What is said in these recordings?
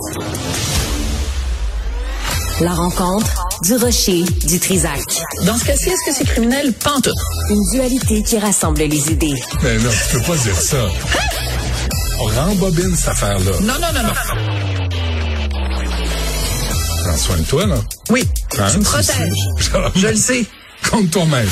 La rencontre du Rocher du Trizac. Dans ce cas-ci, est-ce que c'est criminel? Pantoute. Une dualité qui rassemble les idées. Mais non, tu peux pas dire ça. On rembobine cette affaire-là. Non. Prends soin de toi, là. Oui, tu me protèges. Je le sais. Contre toi-même.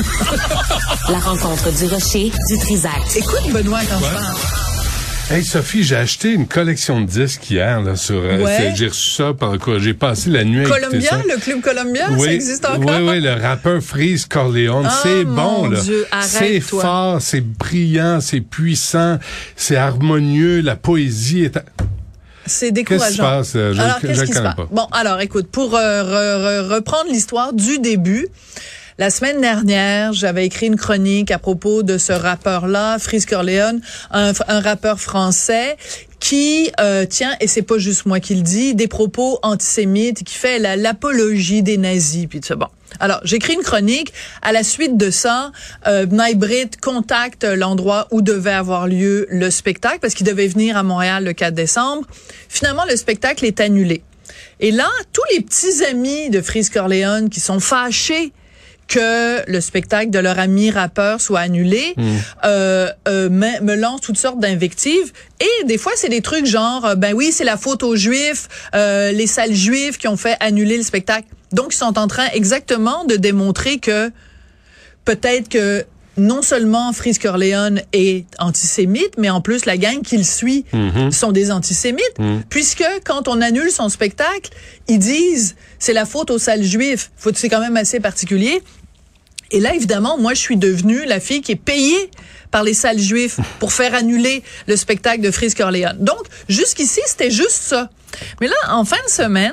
La rencontre du Rocher du Trizac. Écoute, Benoît, quand je parle. Hey Sophie, j'ai acheté une collection de disques hier là sur j'ai reçu ça par quoi j'ai passé la nuit à écouter ça. Le club Columbia, ça existe encore. Oui, le rappeur Freeze Corleone, c'est bon là. Dieu, c'est fort, c'est brillant, c'est puissant, c'est harmonieux, la poésie est C'est décourageant. Qu'est-ce qui se passe? Alors, qu'est-ce qui se passe? Bon, alors, écoute, pour reprendre l'histoire du début, la semaine dernière, j'avais écrit une chronique à propos de ce rappeur-là, Freeze Corleone, un rappeur français qui tient, et c'est pas juste moi qui le dis, des propos antisémites, qui fait l'apologie des nazis, puis tout ça. Bon. Alors, j'écris une chronique. À la suite de ça, B'nai B'rith contacte l'endroit où devait avoir lieu le spectacle, parce qu'il devait venir à Montréal le 4 décembre. Finalement, le spectacle est annulé. Et là, tous les petits amis de Freeze Corleone qui sont fâchés que le spectacle de leur ami rappeur soit annulé, me lancent toutes sortes d'invectives. Et des fois, c'est des trucs genre, ben oui, c'est la faute aux Juifs, les sales Juifs qui ont fait annuler le spectacle. Donc, ils sont en train exactement de démontrer que peut-être que non seulement Freeze Corleone est antisémite, mais en plus, la gang qui le suit sont des antisémites, puisque quand on annule son spectacle, ils disent c'est la faute aux sales Juifs. C'est quand même assez particulier. Et là, évidemment, moi, je suis devenue la fille qui est payée par les sales Juifs pour faire annuler le spectacle de Freeze Corleone. Donc, jusqu'ici, c'était juste ça. Mais là, en fin de semaine,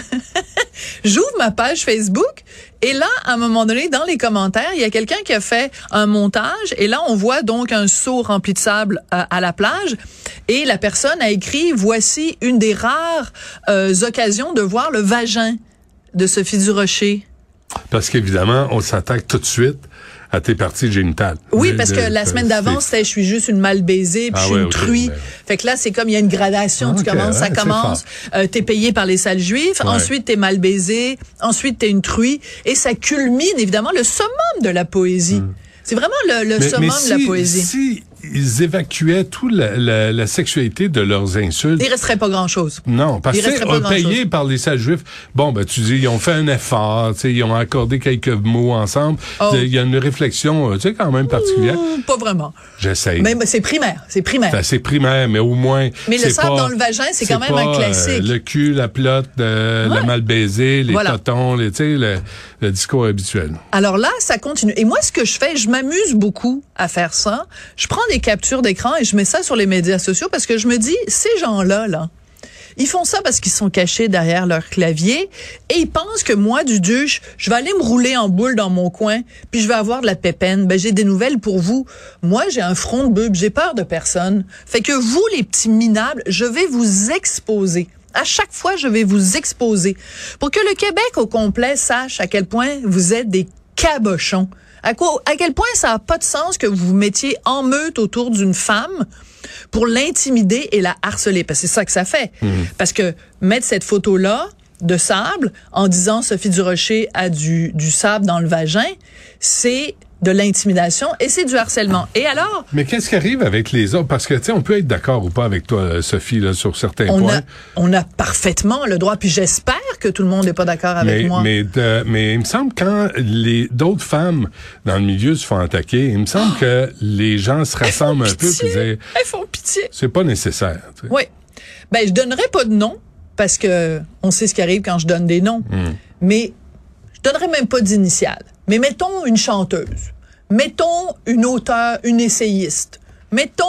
j'ouvre ma page Facebook et là, à un moment donné, dans les commentaires, il y a quelqu'un qui a fait un montage et là, on voit donc un seau rempli de sable à la plage et la personne a écrit « Voici une des rares occasions de voir le vagin de Sophie Durocher ». Parce qu'évidemment, on s'attaque tout de suite à tes parties génitales. Oui, parce que la semaine d'avant, c'était je suis juste une mal baisée, puis je suis une truie. Fait que là, c'est comme il y a une gradation. Ça commence, t'es payé par les sales Juifs, ensuite t'es mal baisé, ensuite t'es une truie, et ça culmine évidemment le summum de la poésie. C'est vraiment le summum de la poésie. Si ils évacuaient toute la sexualité de leurs insultes. Il resterait pas grand-chose. Non, parce que payé par les sales Juifs, bon, ben tu dis, ils ont fait un effort, tu sais, ils ont accordé quelques mots ensemble. Il y a une réflexion, tu sais, quand même particulière. Pas vraiment. J'essaye. Mais c'est primaire. C'est primaire, mais au moins. Mais le sable dans le vagin, c'est quand même un classique. Le cul, la plotte, la mal baisée, les totons, tu sais, le discours habituel. Alors là, ça continue. Et moi, ce que je fais, je m'amuse beaucoup à faire ça. Je prends des captures d'écran et je mets ça sur les médias sociaux parce que je me dis, ces gens-là, ils font ça parce qu'ils sont cachés derrière leur clavier et ils pensent que moi, du duche, je vais aller me rouler en boule dans mon coin puis je vais avoir de la pépène. Ben, j'ai des nouvelles pour vous. Moi, j'ai un front de bœuf, j'ai peur de personne. Fait que vous, les petits minables, je vais vous exposer. À chaque fois, je vais vous exposer pour que le Québec au complet sache à quel point vous êtes des cabochons. À quel point ça n'a pas de sens que vous vous mettiez en meute autour d'une femme pour l'intimider et la harceler. Parce que c'est ça que ça fait. Parce que mettre cette photo-là de sable en disant Sophie Durocher a du sable dans le vagin, c'est de l'intimidation et c'est du harcèlement. Et alors... Mais qu'est-ce qui arrive avec les autres? Parce que, tu sais, on peut être d'accord ou pas avec toi, Sophie, là, sur certains points. On a parfaitement le droit, puis j'espère que tout le monde n'est pas d'accord avec moi. Mais il me semble quand d'autres femmes dans le milieu se font attaquer, il me semble que les gens se rassemblent un peu puis disent... Elles font pitié. C'est pas nécessaire. Tu sais. Oui. Ben, je donnerai pas de nom parce que on sait ce qui arrive quand je donne des noms. Mais je donnerai même pas d'initiales. Mais mettons une chanteuse. Mettons une auteure, une essayiste. Mettons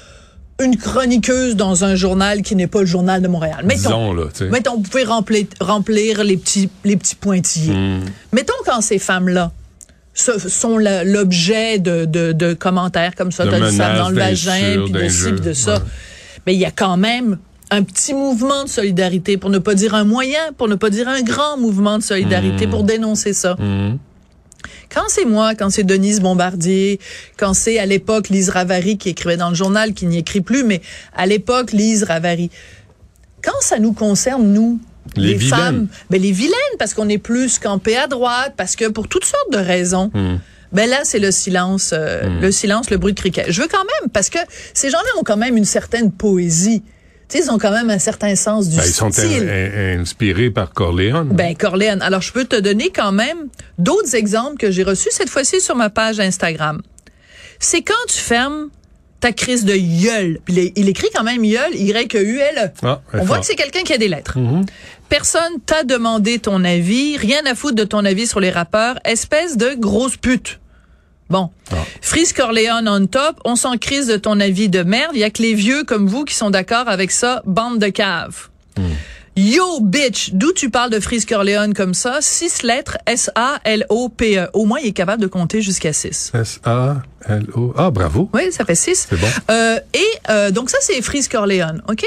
une chroniqueuse dans un journal qui n'est pas le Journal de Montréal. Disons, là, tu sais. Mettons, vous pouvez remplir les petits pointillés. Mettons quand ces femmes-là sont l'objet de commentaires comme ça, t'as du sable dans le vagin, puis de ci, puis de ça. Mais il y a quand même un petit mouvement de solidarité, pour ne pas dire un moyen, pour ne pas dire un grand mouvement de solidarité pour dénoncer ça. Quand c'est moi, quand c'est Denise Bombardier, quand c'est à l'époque Lise Ravary qui écrivait dans le journal, qui n'y écrit plus, mais à l'époque Lise Ravary, Quand ça nous concerne, nous, les femmes, les vilaines, parce qu'on est plus campé à droite, parce que pour toutes sortes de raisons. Ben là, c'est le silence, le bruit de criquet. Je veux quand même, parce que ces gens-là ont quand même une certaine poésie. Tu sais, ils ont quand même un certain sens du style. Ils sont inspirés par Corleone. Corleone. Alors, je peux te donner quand même d'autres exemples que j'ai reçus cette fois-ci sur ma page Instagram. C'est quand tu fermes ta crise de gueule. Puis il écrit quand même gueule, Y-E-U-L-E. On voit que c'est quelqu'un qui a des lettres. Personne t'a demandé ton avis, rien à foutre de ton avis sur les rappeurs, espèce de grosse pute. Bon. Freeze Corleone on top, on s'en crise de ton avis de merde, il y a que les vieux comme vous qui sont d'accord avec ça, bande de caves. Yo, bitch, d'où tu parles de Freeze Corleone comme ça? 6 lettres, S-A-L-O-P-E. Au moins, il est capable de compter jusqu'à 6. S-A-L-O... Ah, bravo. Oui, ça fait 6. C'est bon. Donc ça, c'est Freeze Corleone, OK?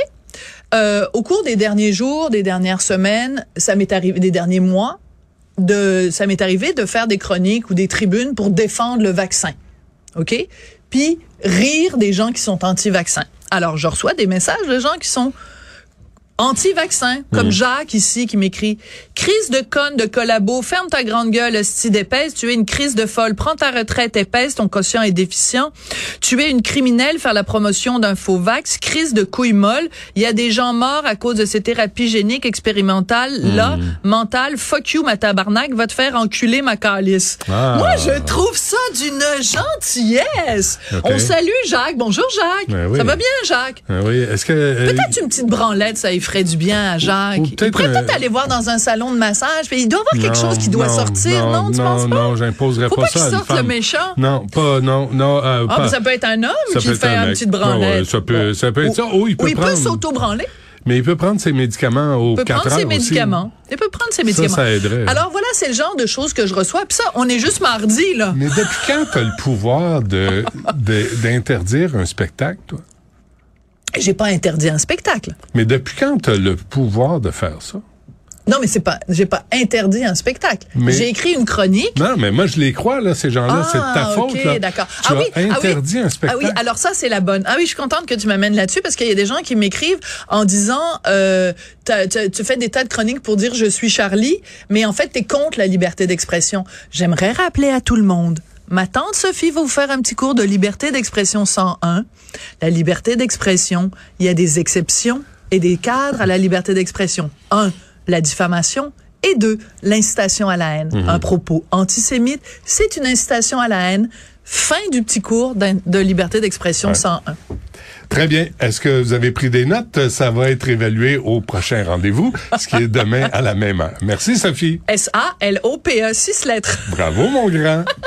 Au cours des derniers jours, des dernières semaines, ça m'est arrivé, des derniers mois, ça m'est arrivé de faire des chroniques ou des tribunes pour défendre le vaccin. OK? Puis rire des gens qui sont anti-vaccins. Alors, je reçois des messages de gens qui sont anti-vaccin, comme Jacques ici qui m'écrit « Crise de conne de collabo, ferme ta grande gueule, hostie d'épaisse, tu es une crise de folle, prends ta retraite épaisse, ton quotient est déficient, tu es une criminelle, faire la promotion d'un faux vax, crise de couille molle, il y a des gens morts à cause de ces thérapies géniques expérimentales, là, mentales, fuck you ma tabarnak, va te faire enculer ma calice. » Moi, je trouve ça d'une gentillesse. Okay. On salue Jacques. Bonjour Jacques. Oui. Ça va bien Jacques? Oui. Est-ce que peut-être une petite branlette, ça ferait du bien à Jacques. Il pourrait peut-être aller voir dans un salon de massage. Puis il doit y avoir quelque chose qui doit sortir, non? Tu penses pas? Non, j'imposerais pas ça à une femme. Faut pas qu'il sorte le méchant. Non, pas, non. Mais ça peut être un homme qui fait une petite branlette. Ça peut être ça. Il peut s'auto-branler. Mais il peut prendre ses médicaments aux 4 heures aussi. Il peut prendre ses médicaments. Ça aiderait. Alors voilà, c'est le genre de choses que je reçois. Puis ça, on est juste mardi, là. Mais depuis quand t'as le pouvoir d'interdire un spectacle, toi? J'ai pas interdit un spectacle. Mais depuis quand tu as le pouvoir de faire ça? Non, mais j'ai pas interdit un spectacle. J'ai écrit une chronique. Non, mais moi, je les crois, là, ces gens-là. C'est de ta faute, là. D'accord. Tu as interdit un spectacle. Ah oui, alors ça, c'est la bonne. Ah oui, je suis contente que tu m'amènes là-dessus parce qu'il y a des gens qui m'écrivent en disant, tu fais des tas de chroniques pour dire je suis Charlie, mais en fait, t'es contre la liberté d'expression. J'aimerais rappeler à tout le monde. Ma tante Sophie va vous faire un petit cours de liberté d'expression 101. La liberté d'expression, il y a des exceptions et des cadres à la liberté d'expression. 1, la diffamation. Et 2, l'incitation à la haine. Un propos antisémite, c'est une incitation à la haine. Fin du petit cours de liberté d'expression 101. Très bien. Est-ce que vous avez pris des notes? Ça va être évalué au prochain rendez-vous, ce qui est demain à la même heure. Merci, Sophie. S-A-L-O-P-E, 6 lettres. Bravo, mon grand.